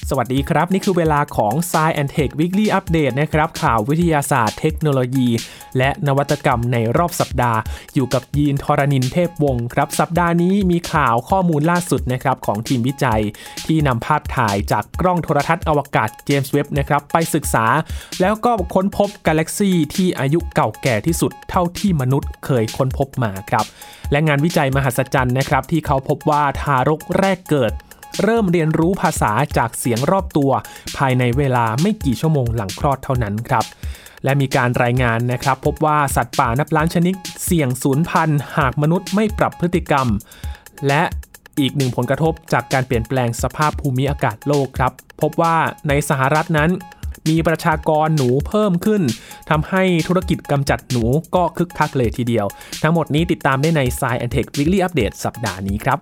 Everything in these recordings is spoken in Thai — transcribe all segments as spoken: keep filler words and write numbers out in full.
สวัสดีครับนี่คือเวลาของ Science แอนด์ Tech Weekly Update นะครับข่าววิทยาศาสตร์เทคโนโลยีและนวัตกรรมในรอบสัปดาห์อยู่กับยีนทรณินเทพวงศ์ครับสัปดาห์นี้มีข่าวข้อมูลล่าสุดนะครับของทีมวิจัยที่นำภาพถ่ายจากกล้องโทรทัศน์อวกาศเจมส์เว็บนะครับไปศึกษาแล้วก็ค้นพบกาแล็กซีที่อายุเก่าแก่ที่สุดเท่าที่มนุษย์เคยค้นพบมาครับและงานวิจัยมหัศจรรย์นะครับที่เขาพบว่าทารกแรกเกิดเริ่มเรียนรู้ภาษาจากเสียงรอบตัวภายในเวลาไม่กี่ชั่วโมงหลังคลอดเท่านั้นครับและมีการรายงานนะครับพบว่าสัตว์ป่านับล้านชนิดเสี่ยงสูญพันธุ์หากมนุษย์ไม่ปรับพฤติกรรมและอีกหนึ่งผลกระทบจากการเปลี่ยนแปลงสภาพภูมิอากาศโลกครับพบว่าในสหรัฐนั้นมีประชากรหนูเพิ่มขึ้นทำให้ธุรกิจกำจัดหนูก็คึกคักเลยทีเดียวทั้งหมดนี้ติดตามได้ใน Science แอนด์ Tech Weekly Update สัปดาห์นี้ครับ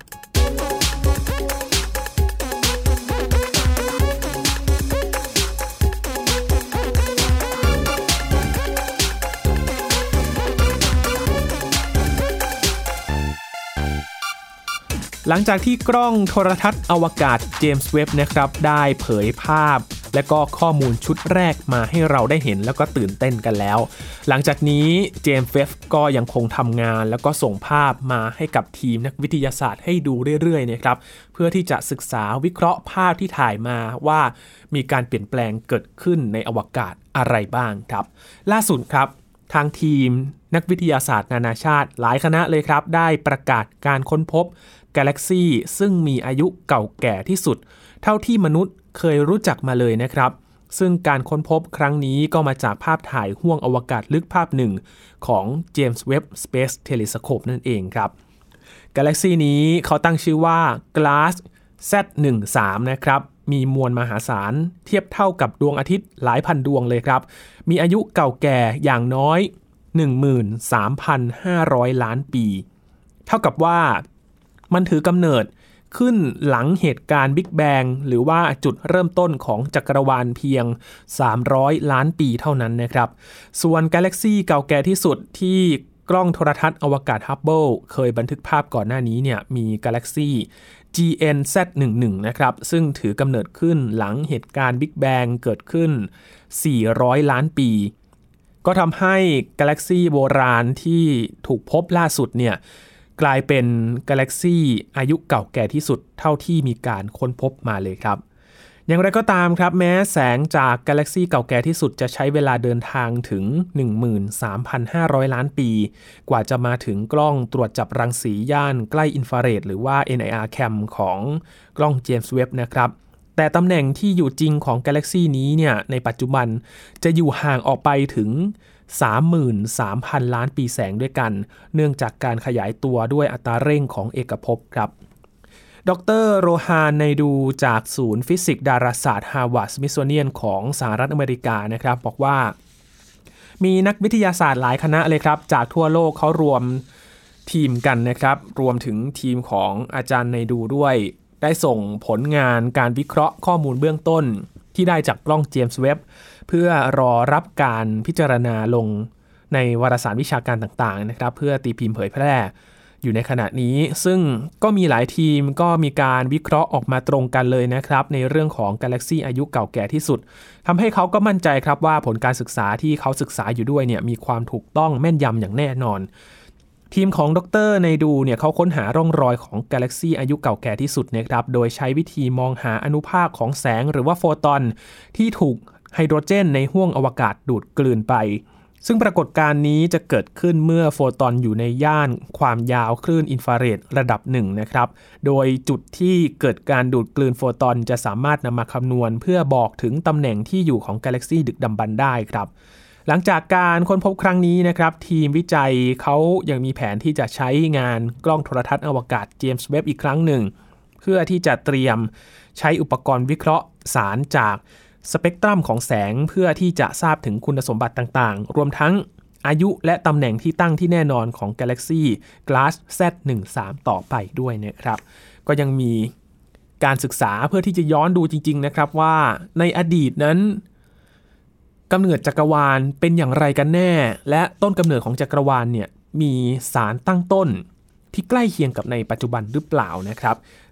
หลังจากที่กล้องโทรทัศน์อวกาศเจมส์เว็บนะครับได้เผยภาพและก็ข้อมูลชุดแรกมาให้เราได้เห็นแล้วก็ตื่นเต้นกันแล้วหลังจากนี้เจมส์เว็บก็ยังคงทำงานแล้วก็ส่งภาพมาให้กับทีมนักวิทยาศาสตร์ให้ดูเรื่อยๆนะครับเพื่อที่จะศึกษาวิเคราะห์ภาพที่ถ่ายมาว่ามีการเปลี่ยนแปลงเกิดขึ้นในอวกาศอะไรบ้างครับล่าสุดครับทางทีมนักวิทยาศาสตร์นานาชาติหลายคณะเลยครับได้ประกาศการค้นพบกาแล็กซีซึ่งมีอายุเก่าแก่ที่สุดเท่าที่มนุษย์เคยรู้จักมาเลยนะครับซึ่งการค้นพบครั้งนี้ก็มาจากภาพถ่ายห้วงอวกาศลึกภาพหนึ่งของ James Webb Space Telescope นั่นเองครับกาแล็กซีนี้เขาตั้งชื่อว่า Glass แซด สิบสาม นะครับมีมวลมหาศาลเทียบเท่ากับดวงอาทิตย์หลายพันดวงเลยครับมีอายุเก่าแก่อย่างน้อย หนึ่งหมื่นสามพันห้าร้อย ล้านปีเท่ากับว่ามันถือกำเนิดขึ้นหลังเหตุการณ์บิ๊กแบงหรือว่าจุดเริ่มต้นของจักรวาลเพียงสามร้อยล้านปีเท่านั้นนะครับส่วนกาแล็กซีเก่าแก่ที่สุดที่กล้องโทรทัศน์อวกาศฮับเบิลเคยบันทึกภาพก่อนหน้านี้เนี่ยมีกาแล็กซี จี เอ็น แซด สิบเอ็ด นะครับซึ่งถือกำเนิดขึ้นหลังเหตุการณ์บิ๊กแบงเกิดขึ้นสี่ร้อยล้านปีก็ทำให้กาแล็กซีโบราณที่ถูกพบล่าสุดเนี่ยกลายเป็นกาแล็กซีอายุเก่าแก่ที่สุดเท่าที่มีการค้นพบมาเลยครับอย่างไรก็ตามครับแม้แสงจากกาแล็กซีเก่าแก่ที่สุดจะใช้เวลาเดินทางถึง หนึ่งหมื่นสามพันห้าร้อย ล้านปีกว่าจะมาถึงกล้องตรวจจับรังสีย่านใกล้อินฟราเรดหรือว่า เอ็น ไอ อาร์ Cam ของกล้องเจมส์เว็บนะครับแต่ตำแหน่งที่อยู่จริงของกาแล็กซีนี้เนี่ยในปัจจุบันจะอยู่ห่างออกไปถึงสามหมื่นสามพัน ล้านปีแสงด้วยกันเนื่องจากการขยายตัวด้วยอัตราเร่งของเอกภพครับดร.โรฮาน ไนดูจากศูนย์ฟิสิกส์ดาราศาสตร์ฮาร์วาร์ด สมิธโซเนียนของสหรัฐอเมริกานะครับบอกว่ามีนักวิทยาศาสตร์หลายคณะเลยครับจากทั่วโลกเขารวมทีมกันนะครับรวมถึงทีมของอาจารย์ไนดูด้วยได้ส่งผลงานการวิเคราะห์ข้อมูลเบื้องต้นที่ได้จากกล้องเจมส์เว็บเพื่อรอรับการพิจารณาลงในวารสารวิชาการต่างๆนะครับเพื่อตีพิมพ์เผยแพร่อยู่ในขณะนี้ซึ่งก็มีหลายทีมก็มีการวิเคราะห์ออกมาตรงกันเลยนะครับในเรื่องของกาแล็กซีอายุเก่าแก่ที่สุดทำให้เขาก็มั่นใจครับว่าผลการศึกษาที่เขาศึกษาอยู่ด้วยเนี่ยมีความถูกต้องแม่นยำอย่างแน่นอนทีมของดร.ไนดูเนี่ยเขาค้นหาร่องรอยของกาแล็กซีอายุเก่าแก่ที่สุดนะครับโดยใช้วิธีมองหาอนุภาคของแสงหรือว่าโฟตอนที่ถูกไฮโดรเจนในห้วงอวกาศดูดกลืนไปซึ่งปรากฏการณ์นี้จะเกิดขึ้นเมื่อโฟตอนอยู่ในย่านความยาวคลื่นอินฟราเรดระดับหนึ่งนะครับโดยจุดที่เกิดการดูดกลืนโฟตอนจะสามารถนำมาคำนวณเพื่อบอกถึงตำแหน่งที่อยู่ของกาแล็กซีดึกดำบรรพ์ได้ครับหลังจากการค้นพบครั้งนี้นะครับทีมวิจัยเขายังมีแผนที่จะใช้งานกล้องโทรทัศน์อวกาศเจมส์เว็บอีกครั้งหนึ่งเพื่อที่จะเตรียมใช้อุปกรณ์วิเคราะห์สารจากสเปกตรัมของแสงเพื่อที่จะทราบถึงคุณสมบัติต่างๆรวมทั้งอายุและตำแหน่งที่ตั้งที่แน่นอนของ Galaxy Glass แซด สิบสาม ต่อไปด้วยนะครับก็ยังมีการศึกษาเพื่อที่จะย้อนดูจริงๆนะครับว่าในอดีตนั้นกำเนิดจักรวาลเป็นอย่างไรกันแน่และต้นกำเนิดของจักรวาลเนี่ยมีสารตั้งต้นที่ใกล้เคียงกับในปัจจุบันหรือเปล่านะครับ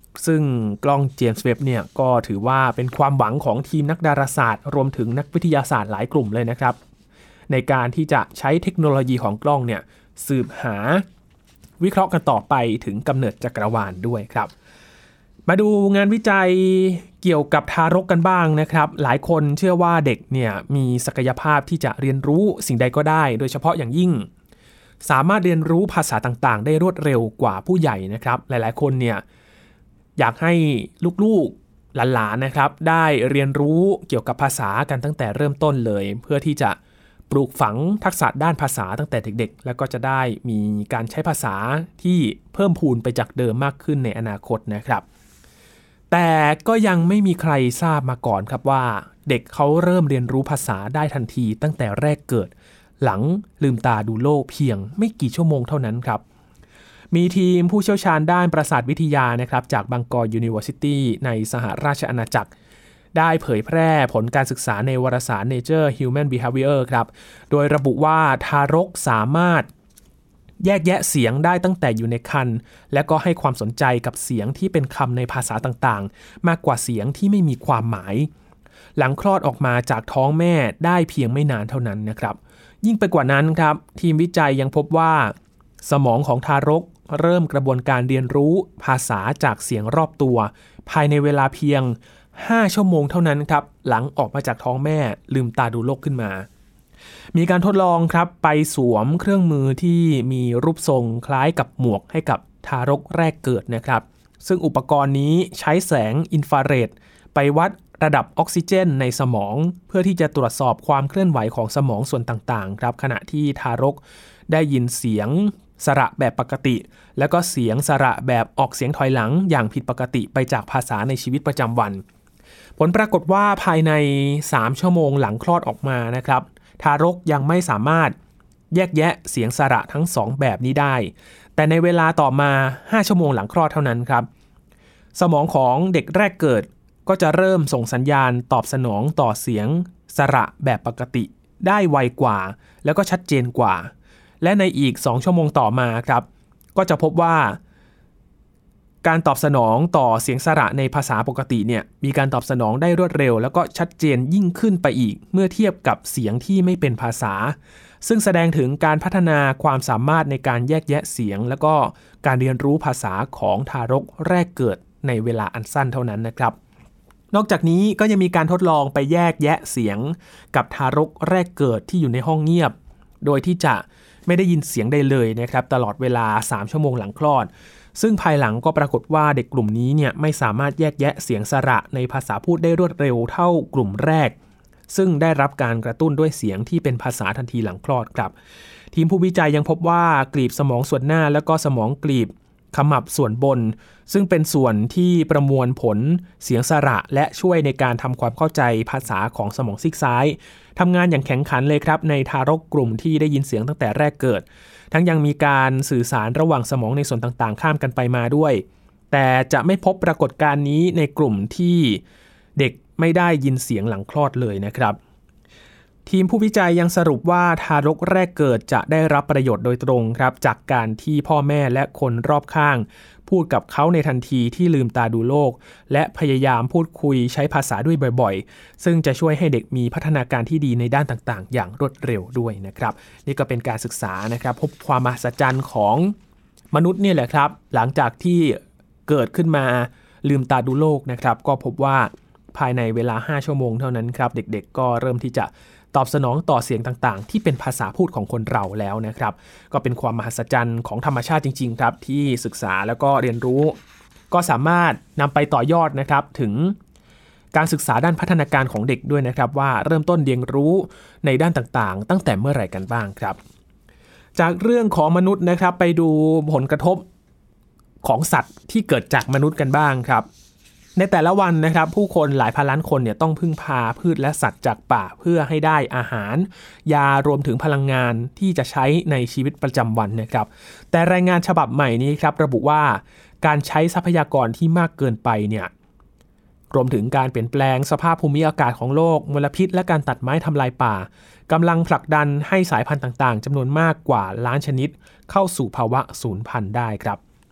ซึ่งกล้องเจมส์เว็บเนี่ยก็ถือว่าเป็นความหวังของทีมนักดาราศาสตร์รวมถึงนักวิทยาศาสตร์หลายกลุ่มเลยนะครับในการที่จะใช้เทคโนโลยีของกล้องเนี่ยสืบหาวิเคราะห์กันต่อไปถึงกำเนิดจักรวาลด้วยครับมาดูงานวิจัยเกี่ยวกับทารกกันบ้างนะครับหลายคนเชื่อว่าเด็กเนี่ยมีศักยภาพที่จะเรียนรู้สิ่งใดก็ได้โดยเฉพาะอย่างยิ่งสามารถเรียนรู้ภาษาต่างๆได้รวดเร็วกว่าผู้ใหญ่นะครับหลายๆคนเนี่ยอยากให้ลูกๆหลานๆนะครับได้เรียนรู้เกี่ยวกับภาษากันตั้งแต่เริ่มต้นเลยเพื่อที่จะปลูกฝังทักษะด้านภาษาตั้งแต่เด็กๆแล้วก็จะได้มีการใช้ภาษาที่เพิ่มพูนไปจากเดิมมากขึ้นในอนาคตนะครับแต่ก็ยังไม่มีใครทราบมาก่อนครับว่าเด็กเขาเริ่มเรียนรู้ภาษาได้ทันทีตั้งแต่แรกเกิดหลังลืมตาดูโลกเพียงไม่กี่ชั่วโมงเท่านั้นครับมีทีมผู้เชี่ยวชาญด้านประสาทวิทยานะครับจากบังกอร์ University ในสหราชอาณาจักรได้เผยแพร่ผลการศึกษาในวารสาร Nature Human Behavior ครับโดยระบุว่าทารกสามารถแยกแยะเสียงได้ตั้งแต่อยู่ในครรภ์และก็ให้ความสนใจกับเสียงที่เป็นคำในภาษาต่างๆมากกว่าเสียงที่ไม่มีความหมายหลังคลอดออกมาจากท้องแม่ได้เพียงไม่นานเท่านั้นนะครับยิ่งไปกว่านั้นครับทีมวิจัยยังพบว่าสมองของทารกเริ่มกระบวนการเรียนรู้ภาษาจากเสียงรอบตัวภายในเวลาเพียงห้าชั่วโมงเท่านั้นครับหลังออกมาจากท้องแม่ลืมตาดูโลกขึ้นมามีการทดลองครับไปสวมเครื่องมือที่มีรูปทรงคล้ายกับหมวกให้กับทารกแรกเกิดนะครับซึ่งอุปกรณ์นี้ใช้แสงอินฟราเรดไปวัดระดับออกซิเจนในสมองเพื่อที่จะตรวจสอบความเคลื่อนไหวของสมองส่วนต่างๆครับขณะที่ทารกได้ยินเสียงสระแบบปกติแล้วก็เสียงสระแบบออกเสียงถอยหลังอย่างผิดปกติไปจากภาษาในชีวิตประจำวันผลปรากฏว่าภายในสามชั่วโมงหลังคลอดออกมานะครับทารกยังไม่สามารถแยกแยะเสียงสระทั้งสองแบบนี้ได้แต่ในเวลาต่อมาห้าชั่วโมงหลังคลอดเท่านั้นครับสมองของเด็กแรกเกิดก็จะเริ่มส่งสัญญาณตอบสนองต่อเสียงสระแบบปกติได้ไวกว่าแล้วก็ชัดเจนกว่าและในอีกสองชั่วโมงต่อมาครับก็จะพบว่าการตอบสนองต่อเสียงสระในภาษาปกติเนี่ยมีการตอบสนองได้รวดเร็วแล้วก็ชัดเจนยิ่งขึ้นไปอีกเมื่อเทียบกับเสียงที่ไม่เป็นภาษาซึ่งแสดงถึงการพัฒนาความสามารถในการแยกแยะเสียงแล้วก็การเรียนรู้ภาษาของทารกแรกเกิดในเวลาอันสั้นเท่านั้นนะครับนอกจากนี้ก็ยังมีการทดลองไปแยกแยะเสียงกับทารกแรกเกิดที่อยู่ในห้องเงียบโดยที่จะไม่ได้ยินเสียงใดเลยนะครับตลอดเวลาสามชั่วโมงหลังคลอดซึ่งภายหลังก็ปรากฏว่าเด็กกลุ่มนี้เนี่ยไม่สามารถแยกแยะเสียงสระในภาษาพูดได้รวดเร็วเท่ากลุ่มแรกซึ่งได้รับการกระตุ้นด้วยเสียงที่เป็นภาษาทันทีหลังคลอดครับทีมผู้วิจัยยังพบว่ากลีบสมองส่วนหน้าและก็สมองกลีบขมับส่วนบนซึ่งเป็นส่วนที่ประมวลผลเสียงสระและช่วยในการทำความเข้าใจภาษาของสมองซีกซ้ายทำงานอย่างแข็งขันเลยครับในทารกกลุ่มที่ได้ยินเสียงตั้งแต่แรกเกิดทั้งยังมีการสื่อสารระหว่างสมองในส่วนต่างๆข้ามกันไปมาด้วยแต่จะไม่พบปรากฏการณ์นี้ในกลุ่มที่เด็กไม่ได้ยินเสียงหลังคลอดเลยนะครับทีมผู้วิจัยยังสรุปว่าทารกแรกเกิดจะได้รับประโยชน์โดยตรงครับจากการที่พ่อแม่และคนรอบข้างพูดกับเขาในทันทีที่ลืมตาดูโลกและพยายามพูดคุยใช้ภาษาด้วยบ่อยๆซึ่งจะช่วยให้เด็กมีพัฒนาการที่ดีในด้านต่างๆอย่างรวดเร็วด้วยนะครับนี่ก็เป็นการศึกษานะครับพบความมหัศจรรย์ของมนุษย์เนี่ยแหละครับหลังจากที่เกิดขึ้นมาลืมตาดูโลกนะครับก็พบว่าภายในเวลาห้าชั่วโมงเท่านั้นครับเด็กๆก็เริ่มที่จะตอบสนองต่อเสียงต่างๆที่เป็นภาษาพูดของคนเราแล้วนะครับก็เป็นความมหัศจรรย์ของธรรมชาติจริงๆครับที่ศึกษาแล้วก็เรียนรู้ก็สามารถนำไปต่อยอดนะครับถึงการศึกษาด้านพัฒนาการของเด็กด้วยนะครับว่าเริ่มต้นเรียนรู้ในด้านต่างๆตั้งแต่เมื่อไหร่กันบ้างครับจากเรื่องของมนุษย์นะครับไปดูผลกระทบของสัตว์ที่เกิดจากมนุษย์กันบ้างครับในแต่ละวันนะครับผู้คนหลายพันล้านคนเนี่ยต้องพึ่งพาพืชและสัตว์จากป่าเพื่อให้ได้อาหารยารวมถึงพลังงานที่จะใช้ในชีวิตประจำวันนะครับแต่รายงานฉบับใหม่นี้ครับระบุว่าการใช้ทรัพยากรที่มากเกินไปเนี่ยรวมถึงการเปลี่ยนแปลงสภาพภูมิอากาศของโลกมลพิษและการตัดไม้ทำลายป่ากำลังผลักดันให้สายพันธุ์ต่างๆจำนวนมากกว่าล้านชนิดเข้าสู่ภาวะสูญพันธุ์ได้ครับ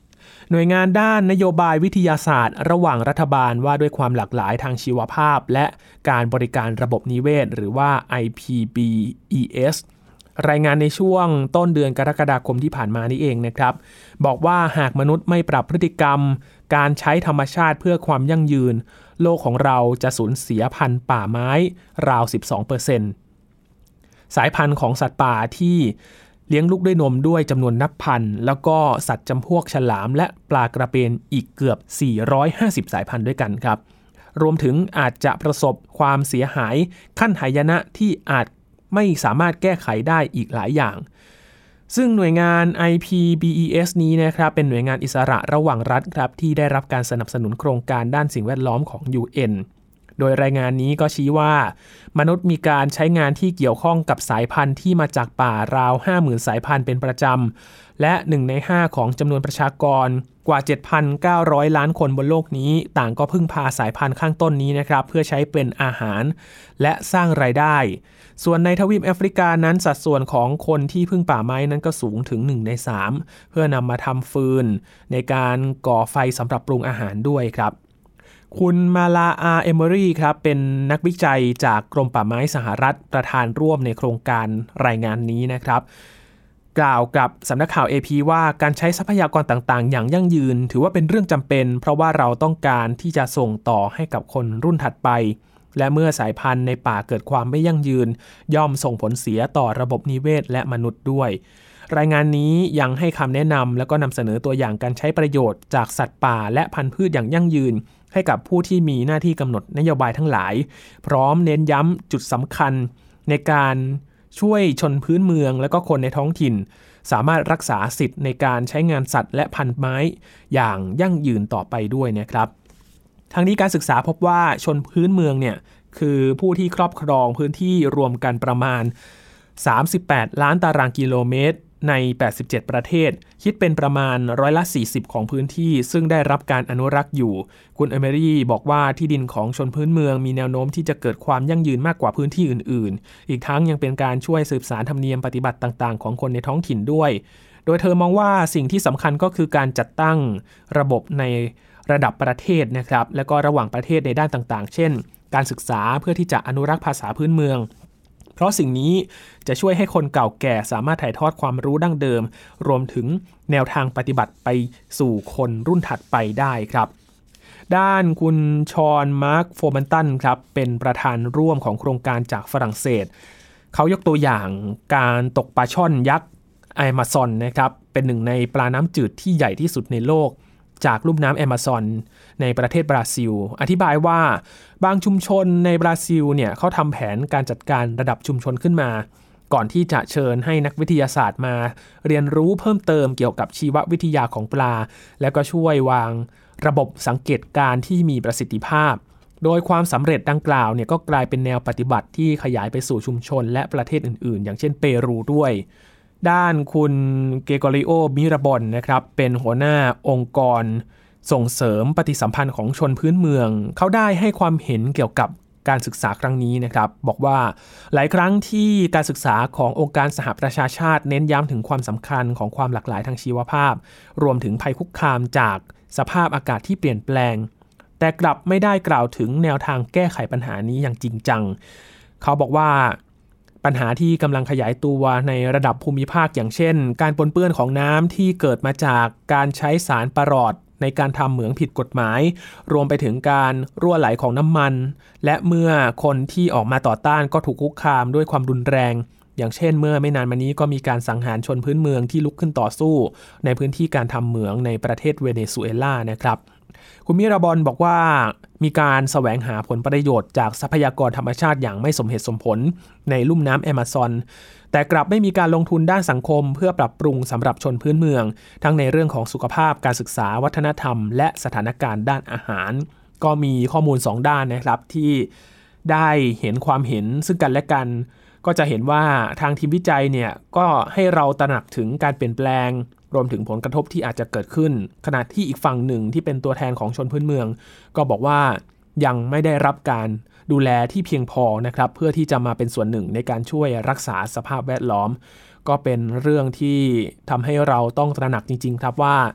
หน่วยงานด้านนโยบายวิทยาศาสตร์ระหว่างรัฐบาลว่าด้วยความหลากหลายทางชีวภาพและการบริการระบบนิเวศหรือว่า ไอ พี บี อี เอส รายงานในช่วงต้นเดือนกรกฎาคมที่ผ่านมานี่เองนะครับบอกว่าหากมนุษย์ไม่ปรับพฤติกรรมการใช้ธรรมชาติเพื่อความยั่งยืนโลกของเราจะสูญเสียพันธุ์ป่าไม้ราว สิบสองเปอร์เซ็นต์ สายพันธุ์ของสัตว์ป่าที่เลี้ยงลูกด้วยนมด้วยจำนวนนับพันแล้วก็สัตว์จำพวกฉลามและปลากระเบนอีกเกือบสี่ร้อยห้าสิบสายพันธุ์ด้วยกันครับรวมถึงอาจจะประสบความเสียหายขั้นหายนะที่อาจไม่สามารถแก้ไขได้อีกหลายอย่างซึ่งหน่วยงาน ไอ พี บี อี เอส นี้นะครับเป็นหน่วยงานอิสระระหว่างรัฐครับที่ได้รับการสนับสนุนโครงการด้านสิ่งแวดล้อมของ ยู เอ็น โดยรายงานนี้ก็ชี้ว่ามนุษย์มีการใช้งานที่เกี่ยวข้องกับสายพันธุ์ที่มาจากป่าราว ห้าหมื่น สายพันธุ์เป็นประจำและหนึ่งในห้าของจำนวนประชากรกว่า เจ็ดพันเก้าร้อย ล้านคนบนโลกนี้ต่างก็พึ่งพาสายพันธุ์ข้างต้นนี้นะครับเพื่อใช้เป็นอาหารและสร้างรายได้ส่วนในทวีปแอฟริกานั้นสัดส่วนของคนที่พึ่งป่าไม้นั้นก็สูงถึงหนึ่งในสามเพื่อนำมาทำฟืนในการก่อไฟสำหรับปรุงอาหารด้วยครับคุณมาลาอาเอเมอรี่ครับเป็นนักวิจัยจากกรมป่าไม้สหรัฐประธานร่วมในโครงการรายงานนี้นะครับกล่าวกับสำนักข่าว เอ พี ว่าการใช้ทรัพยากรต่างๆอย่างยั่งยืนถือว่าเป็นเรื่องจำเป็นเพราะว่าเราต้องการที่จะส่งต่อให้กับคนรุ่นถัดไปและเมื่อสายพันธุ์ในป่าเกิดความไม่ยั่งยืนย่อมส่งผลเสียต่อระบบนิเวศและมนุษย์ด้วยรายงานนี้ยังให้คำแนะนำและก็นำเสนอตัวอย่างการใช้ประโยชน์จากสัตว์ป่าและพันธุ์พืชอย่างยั่งยืนให้กับผู้ที่มีหน้าที่กำหนดนโยบายทั้งหลายพร้อมเน้นย้ำจุดสำคัญในการช่วยชนพื้นเมืองและก็คนในท้องถิ่นสามารถรักษาสิทธิ์ในการใช้งานสัตว์และพันธุ์ไม้อย่างยั่งยืนต่อไปด้วยนะครับทั้งนี้การศึกษาพบว่าชนพื้นเมืองเนี่ยคือผู้ที่ครอบครองพื้นที่รวมกันประมาณสามสิบแปดล้านตารางกิโลเมตรในแปดสิบเจ็ดประเทศคิดเป็นประมาณร้อยละสี่สิบของพื้นที่ซึ่งได้รับการอนุรักษ์อยู่คุณเอเมอรี่บอกว่าที่ดินของชนพื้นเมืองมีแนวโน้มที่จะเกิดความยั่งยืนมากกว่าพื้นที่อื่นๆอีกทั้งยังเป็นการช่วยสืบสานธรรมเนียมปฏิบัติต่างๆของคนในท้องถิ่นด้วยโดยเธอมองว่าสิ่งที่สำคัญก็คือการจัดตั้งระบบในระดับประเทศนะครับและก็ระหว่างประเทศในด้านต่างๆเช่นการศึกษาเพื่อที่จะอนุรักษ์ภาษาพื้นเมืองเพราะสิ่งนี้จะช่วยให้คนเก่าแก่สามารถถ่ายทอดความรู้ดั้งเดิมรวมถึงแนวทางปฏิบัติไปสู่คนรุ่นถัดไปได้ครับด้านคุณชอนมาร์คโฟมันตันครับเป็นประธานร่วมของโครงการจากฝรั่งเศสเขายกตัวอย่างการตกปลาช่อนยักษ์แอมะซอนนะครับเป็นหนึ่งในปลาน้ำจืดที่ใหญ่ที่สุดในโลกจากลุ่มน้ำแอมะซอนในประเทศบราซิลอธิบายว่าบางชุมชนในบราซิลเนี่ยเขาทำแผนการจัดการระดับชุมชนขึ้นมาก่อนที่จะเชิญให้นักวิทยาศาสตร์มาเรียนรู้เพิ่มเติมเกี่ยวกับชีววิทยาของปลาและก็ช่วยวางระบบสังเกตการณ์ที่มีประสิทธิภาพโดยความสำเร็จดังกล่าวเนี่ยก็กลายเป็นแนวปฏิบัติที่ขยายไปสู่ชุมชนและประเทศอื่นๆอย่างเช่นเปรูด้วยด้านคุณเกโกริโอมิราบอนนะครับเป็นหัวหน้าองค์กรส่งเสริมปฏิสัมพันธ์ของชนพื้นเมืองเขาได้ให้ความเห็นเกี่ยวกับการศึกษาครั้งนี้นะครับบอกว่าหลายครั้งที่การศึกษาขององค์การสหประชาชาติเน้นย้ำถึงความสำคัญของความหลากหลายทางชีวภาพรวมถึงภัยคุกคามจากสภาพอากาศที่เปลี่ยนแปลงแต่กลับไม่ได้กล่าวถึงแนวทางแก้ไขปัญหานี้อย่างจริงจังเขาบอกว่าปัญหาที่กำลังขยายตัวในระดับภูมิภาคอย่างเช่นการปนเปื้อนของน้ำที่เกิดมาจากการใช้สารปรอทในการทำเหมืองผิดกฎหมายรวมไปถึงการรั่วไหลของน้ำมันและเมื่อคนที่ออกมาต่อต้านก็ถูกคุกคามด้วยความรุนแรงอย่างเช่นเมื่อไม่นานมานี้ก็มีการสังหารชนพื้นเมืองที่ลุกขึ้นต่อสู้ในพื้นที่การทำเหมืองในประเทศเวเนซุเอลานะครับคุณมิราบอนบอกว่ามีการแสวงหาผลประโยชน์จากทรัพยากรธรรมชาติอย่างไม่สมเหตุสมผลในลุ่มน้ำแอมะซอนแต่กลับไม่มีการลงทุนด้านสังคมเพื่อปรับปรุงสำหรับชนพื้นเมืองทั้งในเรื่องของสุขภาพการศึกษาวัฒนธรรมและสถานการณ์ด้านอาหารก็มีข้อมูลสองด้านนะครับที่ได้เห็นความเห็นซึ่งกันและกันก็จะเห็นว่าทางทีมวิจัยเนี่ยก็ให้เราตระหนักถึงการเปลี่ยนแปลงรวมถึงผลกระทบที่อาจจะเกิดขึ้นขณะที่อีกฝั่งหนึ่งที่เป็นตัวแทนของชนพื้นเมืองก็บอกว่ายังไม่ได้รับการดูแลที่เพียงพอนะครับเพื่อที่จะมาเป็นส่วนหนึ่งในการช่วยรักษาสภาพแวดล้อมก็เป็นเรื่องที่ทำให้เราต้องตระหนักจริงๆครับว่า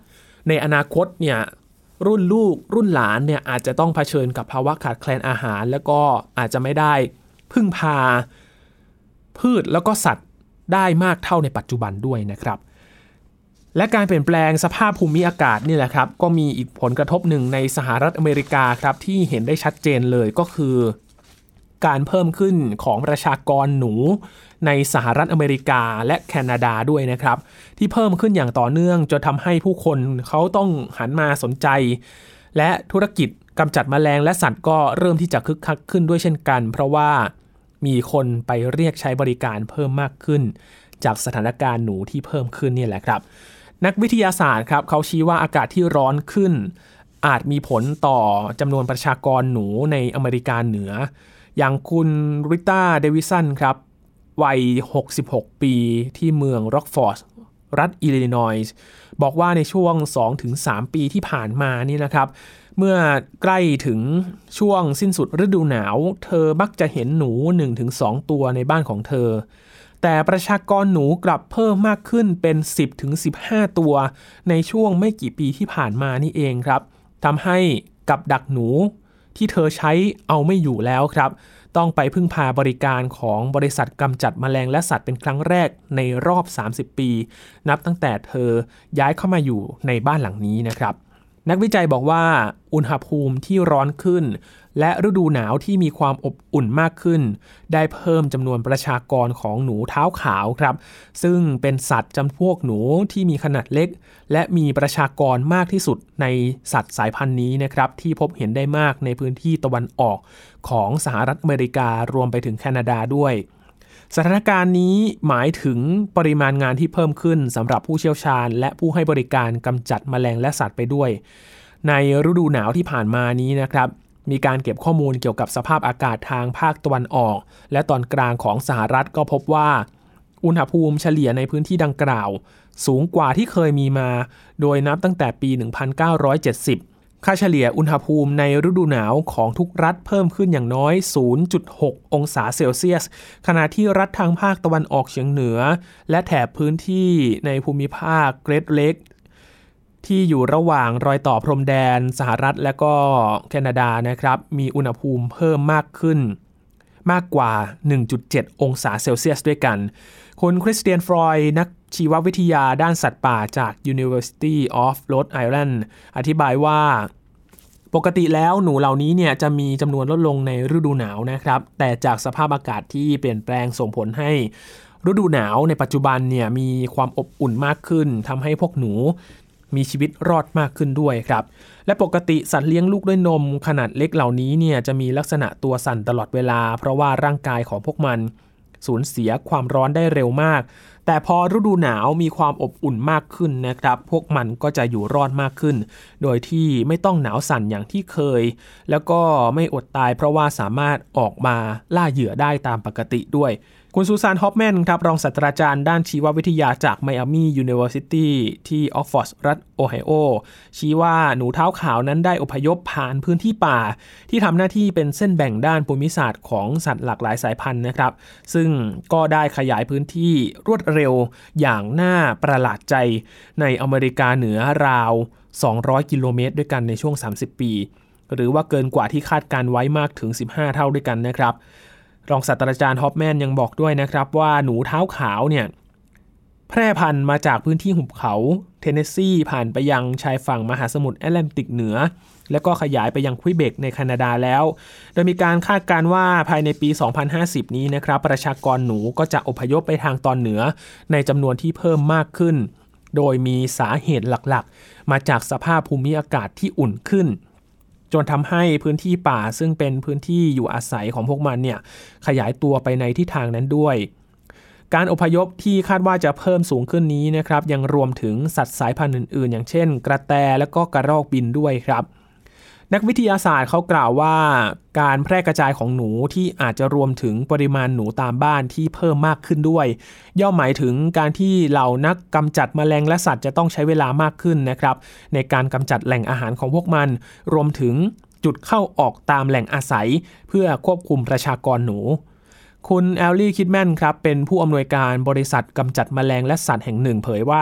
ในอนาคตเนี่ยรุ่นลูกรุ่นหลานเนี่ยอาจจะต้องเผชิญกับภาวะขาดแคลนอาหารแล้วก็อาจจะไม่ได้พึ่งพาพืชแล้วก็สัตว์ได้มากเท่าในปัจจุบันด้วยนะครับและการเปลี่ยนแปลงสภาพภูมิอากาศนี่แหละครับก็มีอีกผลกระทบหนึ่งในสหรัฐอเมริกาครับที่เห็นได้ชัดเจนเลยก็คือการเพิ่มขึ้นของประชากรหนูในสหรัฐอเมริกาและแคนาดาด้วยนะครับที่เพิ่มขึ้นอย่างต่อเนื่องจนทำให้ผู้คนเขาต้องหันมาสนใจและธุรกิจกำจัดแมลงและสัตว์ก็เริ่มที่จะคึกคักขึ้นด้วยเช่นกันเพราะว่ามีคนไปเรียกใช้บริการเพิ่มมากขึ้นจากสถานการณ์หนูที่เพิ่มขึ้นนี่แหละครับนักวิทยาศาสตร์ครับเขาชี้ว่าอากาศที่ร้อนขึ้นอาจมีผลต่อจำนวนประชากรหนูในอเมริกาเหนืออย่างคุณริต้าเดวิสันครับวัยหกสิบหกปีที่เมืองร็อกฟอร์ดรัฐอิลลินอยส์บอกว่าในช่วง สองถึงสาม ปีที่ผ่านมานี่นะครับเมื่อใกล้ถึงช่วงสิ้นสุดฤดูหนาวเธอมักจะเห็นหนู หนึ่งถึงสอง ตัวในบ้านของเธอแต่ประชากรหนูกลับเพิ่มมากขึ้นเป็น สิบถึงสิบห้า ตัวในช่วงไม่กี่ปีที่ผ่านมานี่เองครับทำให้กับดักหนูที่เธอใช้เอาไม่อยู่แล้วครับต้องไปพึ่งพาบริการของบริษัทกำจัดแมลงและสัตว์เป็นครั้งแรกในรอบสามสิบปีนับตั้งแต่เธอย้ายเข้ามาอยู่ในบ้านหลังนี้นะครับนักวิจัยบอกว่าอุณหภูมิที่ร้อนขึ้นและฤดูหนาวที่มีความอบอุ่นมากขึ้นได้เพิ่มจำนวนประชากรของหนูเท้าขาวครับซึ่งเป็นสัตว์จำพวกหนูที่มีขนาดเล็กและมีประชากรมากที่สุดในสัตว์สายพันธุ์นี้นะครับที่พบเห็นได้มากในพื้นที่ตะวันออกของสหรัฐอเมริการวมไปถึงแคนาดาด้วยสถานการณ์นี้หมายถึงปริมาณงานที่เพิ่มขึ้นสำหรับผู้เชี่ยวชาญและผู้ให้บริการกำจัดแมลงและสัตว์ไปด้วยในฤดูหนาวที่ผ่านมานี้นะครับมีการเก็บข้อมูลเกี่ยวกับสภาพอากาศทางภาคตะวันออกและตอนกลางของสหรัฐก็พบว่าอุณหภูมิเฉลี่ยในพื้นที่ดังกล่าวสูงกว่าที่เคยมีมาโดยนับตั้งแต่ปี หนึ่งพันเก้าร้อยเจ็ดสิบ ค่าเฉลี่ยอุณหภูมิในฤดูหนาวของทุกรัฐเพิ่มขึ้นอย่างน้อย ศูนย์จุดหก องศาเซลเซียสขณะที่รัฐทางภาคตะวันออกเฉียงเหนือและแถบพื้นที่ในภูมิภาคเกรทเลคที่อยู่ระหว่างรอยต่อพรมแดนสหรัฐและก็แคนาดานะครับมีอุณหภูมิเพิ่มมากขึ้นมากกว่า หนึ่งจุดเจ็ด องศาเซลเซียสด้วยกันคุณคริสเตียนฟรอยด์นักชีววิทยาด้านสัตว์ป่าจาก University of Rhode Island อธิบายว่าปกติแล้วหนูเหล่านี้เนี่ยจะมีจำนวนลดลงในฤดูหนาวนะครับแต่จากสภาพอากาศที่เปลี่ยนแปลงส่งผลให้ฤดูหนาวในปัจจุบันเนี่ยมีความอบอุ่นมากขึ้นทำให้พวกหนูมีชีวิตรอดมากขึ้นด้วยครับและปกติสัตว์เลี้ยงลูกด้วยนมขนาดเล็กเหล่านี้เนี่ยจะมีลักษณะตัวสั่นตลอดเวลาเพราะว่าร่างกายของพวกมันสูญเสียความร้อนได้เร็วมากแต่พอฤดูหนาวมีความอบอุ่นมากขึ้นนะครับพวกมันก็จะอยู่รอดมากขึ้นโดยที่ไม่ต้องหนาวสั่นอย่างที่เคยแล้วก็ไม่อดตายเพราะว่าสามารถออกมาล่าเหยื่อได้ตามปกติด้วยคุณซูซานฮอฟแมนครับรองศาสตราจารย์ด้านชีววิทยาจากไมอามียูนิเวอร์ซิตี้ที่ออกฟอร์ดรัฐโอไฮโอชี้ว่าหนูเท้าขาวนั้นได้อพยพผ่านพื้นที่ป่าที่ทำหน้าที่เป็นเส้นแบ่งด้านภูมิศาสตร์ของสัตว์หลากหลายสายพันธุ์นะครับซึ่งก็ได้ขยายพื้นที่รวดเร็วอย่างน่าประหลาดใจในอเมริกาเหนือราวสองร้อยกิโลเมตรด้วยกันในช่วงสามสิบปีหรือว่าเกินกว่าที่คาดการไว้มากถึงสิบห้าเท่าด้วยกันนะครับรองศาสตราจารย์ฮอฟแมนยังบอกด้วยนะครับว่าหนูเท้าขาวเนี่ยแพร่พันธุ์มาจากพื้นที่หุบเขาเทนเนสซีผ่านไปยังชายฝั่งมหาสมุทรแอตแลนติกเหนือแล้วก็ขยายไปยังควิเบกในแคนาดาแล้วโดยมีการคาดการณ์ว่าภายในปีสองพันห้าสิบนี้นะครับประชากรหนูก็จะอพยพไปทางตอนเหนือในจำนวนที่เพิ่มมากขึ้นโดยมีสาเหตุหลักๆมาจากสภาพภูมิอากาศที่อุ่นขึ้นจนทำให้พื้นที่ป่าซึ่งเป็นพื้นที่อยู่อาศัยของพวกมันเนี่ยขยายตัวไปในทิศทางนั้นด้วยการอพยพที่คาดว่าจะเพิ่มสูงขึ้นนี้นะครับยังรวมถึงสัตว์สายพันธุ์อื่นๆอย่างเช่นกระแตและก็กระรอกบินด้วยครับนักวิทยาศาสตร์เขากล่าวว่าการแพร่กระจายของหนูที่อาจจะรวมถึงปริมาณหนูตามบ้านที่เพิ่มมากขึ้นด้วยย่อมหมายถึงการที่เหล่านักกำจัดแมลงและสัตว์จะต้องใช้เวลามากขึ้นนะครับในการกำจัดแหล่งอาหารของพวกมันรวมถึงจุดเข้าออกตามแหล่งอาศัยเพื่อควบคุมประชากรหนูคุณแอลลี่คิดแมนครับเป็นผู้อำนวยการบริษัทกำจัดแมลงและสัตว์แห่งหนึ่งเผยว่า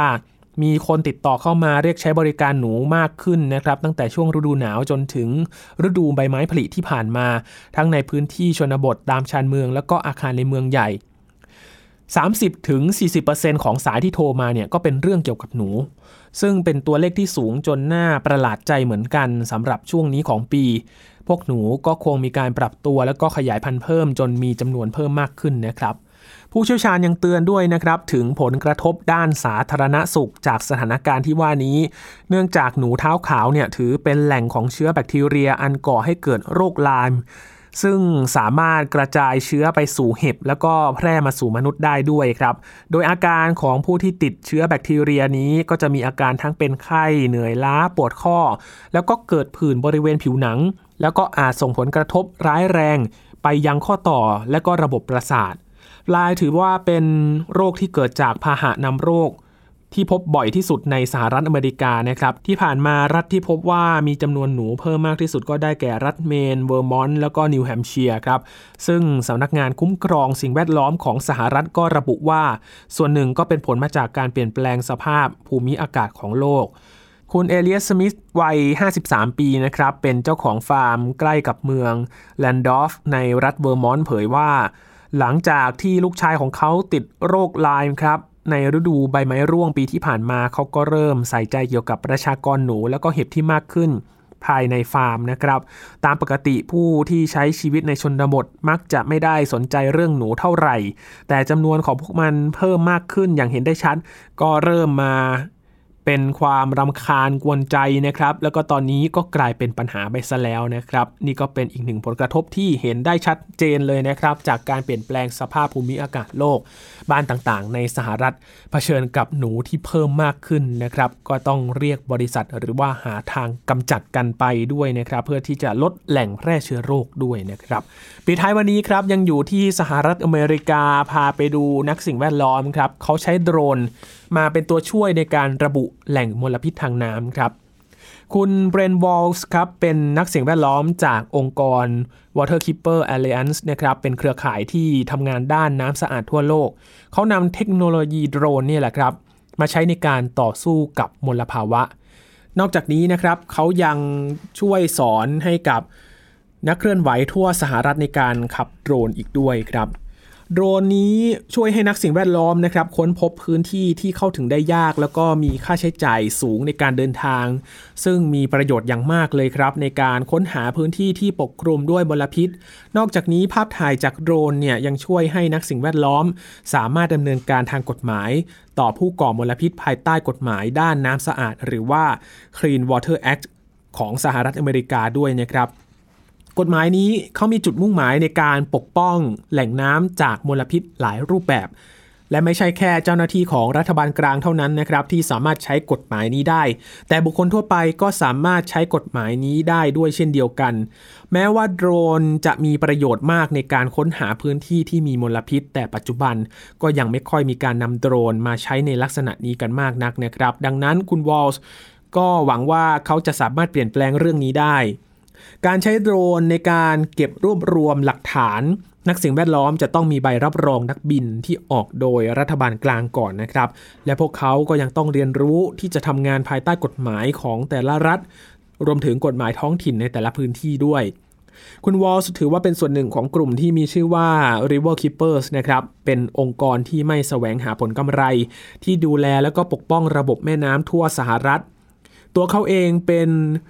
มีคนติดต่อเข้ามาเรียกใช้บริการหนูมากขึ้นนะครับตั้งแต่ช่วงฤดูหนาวจนถึงฤดูใบไม้ผลิที่ผ่านมาทั้งในพื้นที่ชนบทตามชานเมืองแล้วก็อาคารในเมืองใหญ่ สามสิบถึงสี่สิบเปอร์เซ็นต์ ของสายที่โทรมาเนี่ยก็เป็นเรื่องเกี่ยวกับหนูซึ่งเป็นตัวเลขที่สูงจนน่าประหลาดใจเหมือนกันสำหรับช่วงนี้ของปีพวกหนูก็คงมีการปรับตัวแล้วก็ขยายพันธุ์เพิ่มจนมีจำนวนเพิ่มมากขึ้นนะครับผู้เชี่ยวชาญยังเตือนด้วยนะครับถึงผลกระทบด้านสาธารณสุขจากสถานการณ์ที่ว่านี้เนื่องจากหนูเท้าขาวเนี่ยถือเป็นแหล่งของเชื้อแบคทีเรียอันก่อให้เกิดโรคไลม์ซึ่งสามารถกระจายเชื้อไปสู่เห็บแล้วก็แพร่มาสู่มนุษย์ได้ด้วยครับโดยอาการของผู้ที่ติดเชื้อแบคทีเรียนี้ก็จะมีอาการทั้งเป็นไข้เหนื่อยล้าปวดข้อแล้วก็เกิดผื่นบริเวณผิวหนังแล้วก็อาจส่งผลกระทบร้ายแรงไปยังข้อต่อและก็ระบบประสาทไลม์ถือว่าเป็นโรคที่เกิดจากพาหะนำโรคที่พบบ่อยที่สุดในสหรัฐอเมริกานะครับที่ผ่านมารัฐที่พบว่ามีจำนวนหนูเพิ่มมากที่สุดก็ได้แก่รัฐเมนเวอร์มอนต์แล้วก็นิวแฮมป์เชียร์ครับซึ่งสำนักงานคุ้มครองสิ่งแวดล้อมของสหรัฐก็ระบุว่าส่วนหนึ่งก็เป็นผลมาจากการเปลี่ยนแปลงสภาพภูมิอากาศของโลกคุณเอเลียส สมิธวัยห้าสิบสามปีนะครับเป็นเจ้าของฟาร์มใกล้กับเมืองแลนดอฟในรัฐเวอร์มอนต์เผยว่าหลังจากที่ลูกชายของเขาติดโรคไลม์ครับในฤดูใบไม้ร่วงปีที่ผ่านมาเขาก็เริ่มใส่ใจเกี่ยวกับประชากรหนูแล้วก็เห็บที่มากขึ้นภายในฟาร์มนะครับตามปกติผู้ที่ใช้ชีวิตในชนบทมักจะไม่ได้สนใจเรื่องหนูเท่าไหร่แต่จำนวนของพวกมันเพิ่มมากขึ้นอย่างเห็นได้ชัดก็เริ่มมาเป็นความรำคาญกวนใจนะครับแล้วก็ตอนนี้ก็กลายเป็นปัญหาไปซะแล้วนะครับนี่ก็เป็นอีกหนึ่งผลกระทบที่เห็นได้ชัดเจนเลยนะครับจากการเปลี่ยนแปลงสภาพภูมิอากาศโลกบ้านต่างๆในสหรัฐเผชิญกับหนูที่เพิ่มมากขึ้นนะครับก็ต้องเรียกบริษัทหรือว่าหาทางกำจัดกันไปด้วยนะครับเพื่อที่จะลดแหล่งแพร่เชื้อโรคด้วยนะครับปิดท้ายวันนี้ครับยังอยู่ที่สหรัฐอเมริกาพาไปดูนักสิ่งแวดล้อมครับเขาใช้โดรนมาเป็นตัวช่วยในการระบุแหล่งมลพิษทางน้ำครับคุณเบรนวอลส์ครับเป็นนักสิ่งแวดล้อมจากองค์กร Waterkeeper Alliance นะครับเป็นเครือข่ายที่ทำงานด้านน้ำสะอาดทั่วโลกเขานำเทคโนโลยีโดรนนี่แหละครับมาใช้ในการต่อสู้กับมลภาวะนอกจากนี้นะครับเขายังช่วยสอนให้กับนักเคลื่อนไหวทั่วสหรัฐในการขับโดรนอีกด้วยครับโดรนนี้ช่วยให้นักสิ่งแวดล้อมนะครับค้นพบพื้นที่ที่เข้าถึงได้ยากแล้วก็มีค่าใช้จ่ายสูงในการเดินทางซึ่งมีประโยชน์อย่างมากเลยครับในการค้นหาพื้นที่ที่ปกคลุมด้วยมลพิษนอกจากนี้ภาพถ่ายจากโดรนเนี่ยยังช่วยให้นักสิ่งแวดล้อมสามารถดำเนินการทางกฎหมายต่อผู้ก่อมลพิษภายใต้กฎหมายด้านน้ำสะอาดหรือว่า Clean Water Act ของสหรัฐอเมริกาด้วยนะครับกฎหมายนี้เขามีจุดมุ่งหมายในการปกป้องแหล่งน้ำจากมลพิษหลายรูปแบบและไม่ใช่แค่เจ้าหน้าที่ของรัฐบาลกลางเท่านั้นนะครับที่สามารถใช้กฎหมายนี้ได้แต่บุคคลทั่วไปก็สามารถใช้กฎหมายนี้ได้ด้วยเช่นเดียวกันแม้ว่าโดรนจะมีประโยชน์มากในการค้นหาพื้นที่ที่มีมลพิษแต่ปัจจุบันก็ยังไม่ค่อยมีการนำโดรนมาใช้ในลักษณะนี้กันมากนักนะครับดังนั้นคุณวอลส์ก็หวังว่าเขาจะสามารถเปลี่ยนแปลงเรื่องนี้ได้การใช้โดรนในการเก็บรวบรวมหลักฐานนักสิ่งแวดล้อมจะต้องมีใบรับรองนักบินที่ออกโดยรัฐบาลกลางก่อนนะครับและพวกเขาก็ยังต้องเรียนรู้ที่จะทำงานภายใต้กฎหมายของแต่ละรัฐรวมถึงกฎหมายท้องถิ่นในแต่ละพื้นที่ด้วยคุณวอลส์ถือว่าเป็นส่วนหนึ่งของกลุ่มที่มีชื่อว่า River Keepers นะครับเป็นองค์กรที่ไม่แสวงหาผลกำไรที่ดูแลและก็ปกป้องระบบแม่น้ำทั่วสหรัฐตัวเขาเองเป็น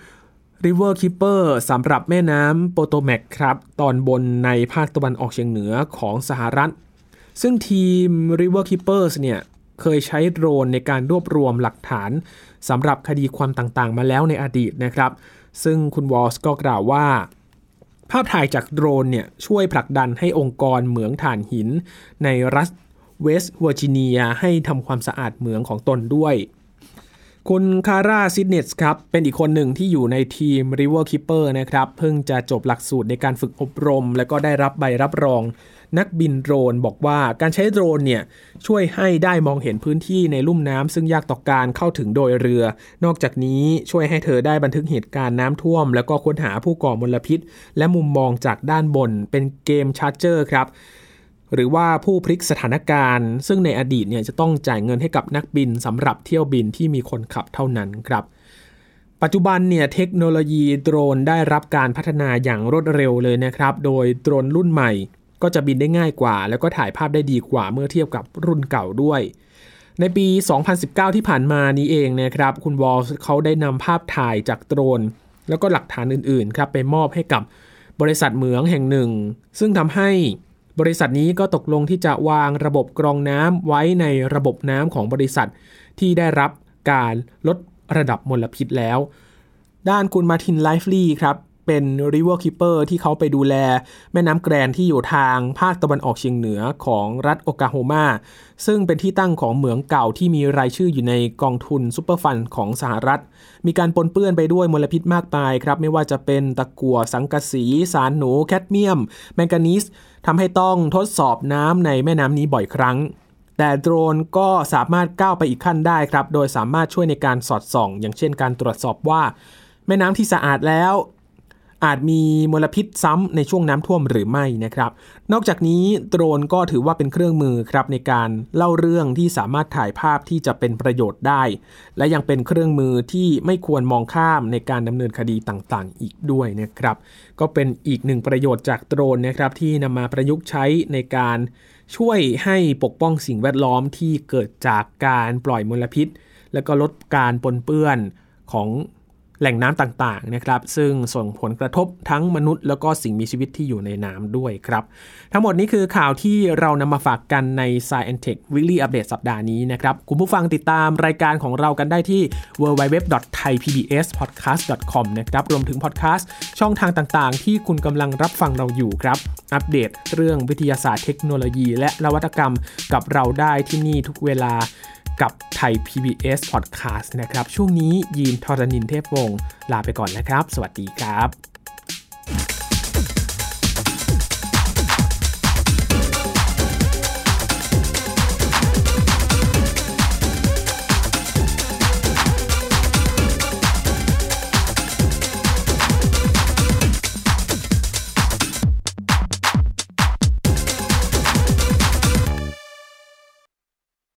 River Keeper สำหรับแม่น้ำโปโตแมกครับตอนบนในภาคตะวันออกเฉียงเหนือของสหรัฐซึ่งทีม River Keepers เนี่ยเคยใช้โดรนในการรวบรวมหลักฐานสำหรับคดีความต่างๆมาแล้วในอดีตนะครับซึ่งคุณวอลส์ก็กล่าวว่าภาพถ่ายจากโดรนเนี่ยช่วยผลักดันให้องค์กรเหมืองถ่านหินในรัฐเวสต์เวอร์จิเนียให้ทำความสะอาดเหมืองของตนด้วยคุณคาร่าซิดเนสครับเป็นอีกคนหนึ่งที่อยู่ในทีม River Keeper นะครับเพิ่งจะจบหลักสูตรในการฝึกอบรมและก็ได้รับใบรับรองนักบินโดรนบอกว่าการใช้โดรนเนี่ยช่วยให้ได้มองเห็นพื้นที่ในลุ่มน้ำซึ่งยากต่อการเข้าถึงโดยเรือนอกจากนี้ช่วยให้เธอได้บันทึกเหตุการณ์น้ำท่วมแล้วก็ค้นหาผู้ก่อมลพิษและมุมมองจากด้านบนเป็นเกมชาร์เจอร์ครับหรือว่าผู้พลิกสถานการณ์ซึ่งในอดีตเนี่ยจะต้องจ่ายเงินให้กับนักบินสำหรับเที่ยวบินที่มีคนขับเท่านั้นครับปัจจุบันเนี่ยเทคโนโลยีโดรนได้รับการพัฒนาอย่างรวดเร็วเลยนะครับโดยโดรนรุ่นใหม่ก็จะบินได้ง่ายกว่าแล้วก็ถ่ายภาพได้ดีกว่าเมื่อเทียบกับรุ่นเก่าด้วยในปีสองพันสิบเก้าที่ผ่านมานี้เองนะครับคุณวอลส์เขาได้นำภาพถ่ายจากโดรนแล้วก็หลักฐานอื่นๆครับไปมอบให้กับบริษัทเหมืองแห่งหนึ่งซึ่งทำให้บริษัทนี้ก็ตกลงที่จะวางระบบกรองน้ำไว้ในระบบน้ำของบริษัทที่ได้รับการลดระดับมลพิษแล้วด้านคุณมาร์ตินไลฟ์ลีย์ครับเป็น River Keeper ที่เขาไปดูแลแม่น้ำแกรนที่อยู่ทางภาคตะวันออกเฉียงเหนือของรัฐโอคลาโฮมาซึ่งเป็นที่ตั้งของเหมืองเก่าที่มีรายชื่ออยู่ในกองทุนซุปเปอร์ฟันด์ของสหรัฐมีการปนเปื้อนไปด้วยมลพิษมากมายครับไม่ว่าจะเป็นตะกั่วสังกะสีสารหนูแคดเมียมแมงกานีสทำให้ต้องทดสอบน้ำในแม่น้ำนี้บ่อยครั้งแต่โดรนก็สามารถก้าวไปอีกขั้นได้ครับโดยสามารถช่วยในการสอดส่องอย่างเช่นการตรวจสอบว่าแม่น้ำที่สะอาดแล้วอาจมีมลพิษซ้ำในช่วงน้ำท่วมหรือไม่นะครับนอกจากนี้โดรนก็ถือว่าเป็นเครื่องมือครับในการเล่าเรื่องที่สามารถถ่ายภาพที่จะเป็นประโยชน์ได้และยังเป็นเครื่องมือที่ไม่ควรมองข้ามในการดำเนินคดีต่างๆอีกด้วยนะครับก็เป็นอีกหนึ่งประโยชน์จากโดรนนะครับที่นำมาประยุกต์ใช้ในการช่วยให้ปกป้องสิ่งแวดล้อมที่เกิดจากการปล่อยมลพิษและก็ลดการปนเปื้อนของแหล่งน้ำต่างๆนะครับซึ่งส่งผลกระทบทั้งมนุษย์แล้วก็สิ่งมีชีวิตที่อยู่ในน้ำด้วยครับทั้งหมดนี้คือข่าวที่เรานำมาฝากกันใน Science and Tech Weekly Update สัปดาห์นี้นะครับคุณผู้ฟังติดตามรายการของเรากันได้ที่ ดับเบิลยู ดับเบิลยู ดับเบิลยู ดอท ไทย พี บี เอส พอดแคสต์ ดอท คอม นะครับรวมถึงพอดแคสต์ช่องทางต่างๆที่คุณกำลังรับฟังเราอยู่ครับอัปเดตเรื่องวิทยาศาสตร์เทคโนโลยีและนวัตกรรมกับเราได้ที่นี่ทุกเวลากับไทย พี บี เอส Podcast นะครับช่วงนี้ยีนทรณินเทพวงศ์ลาไปก่อนนะครับสวัสดีครับ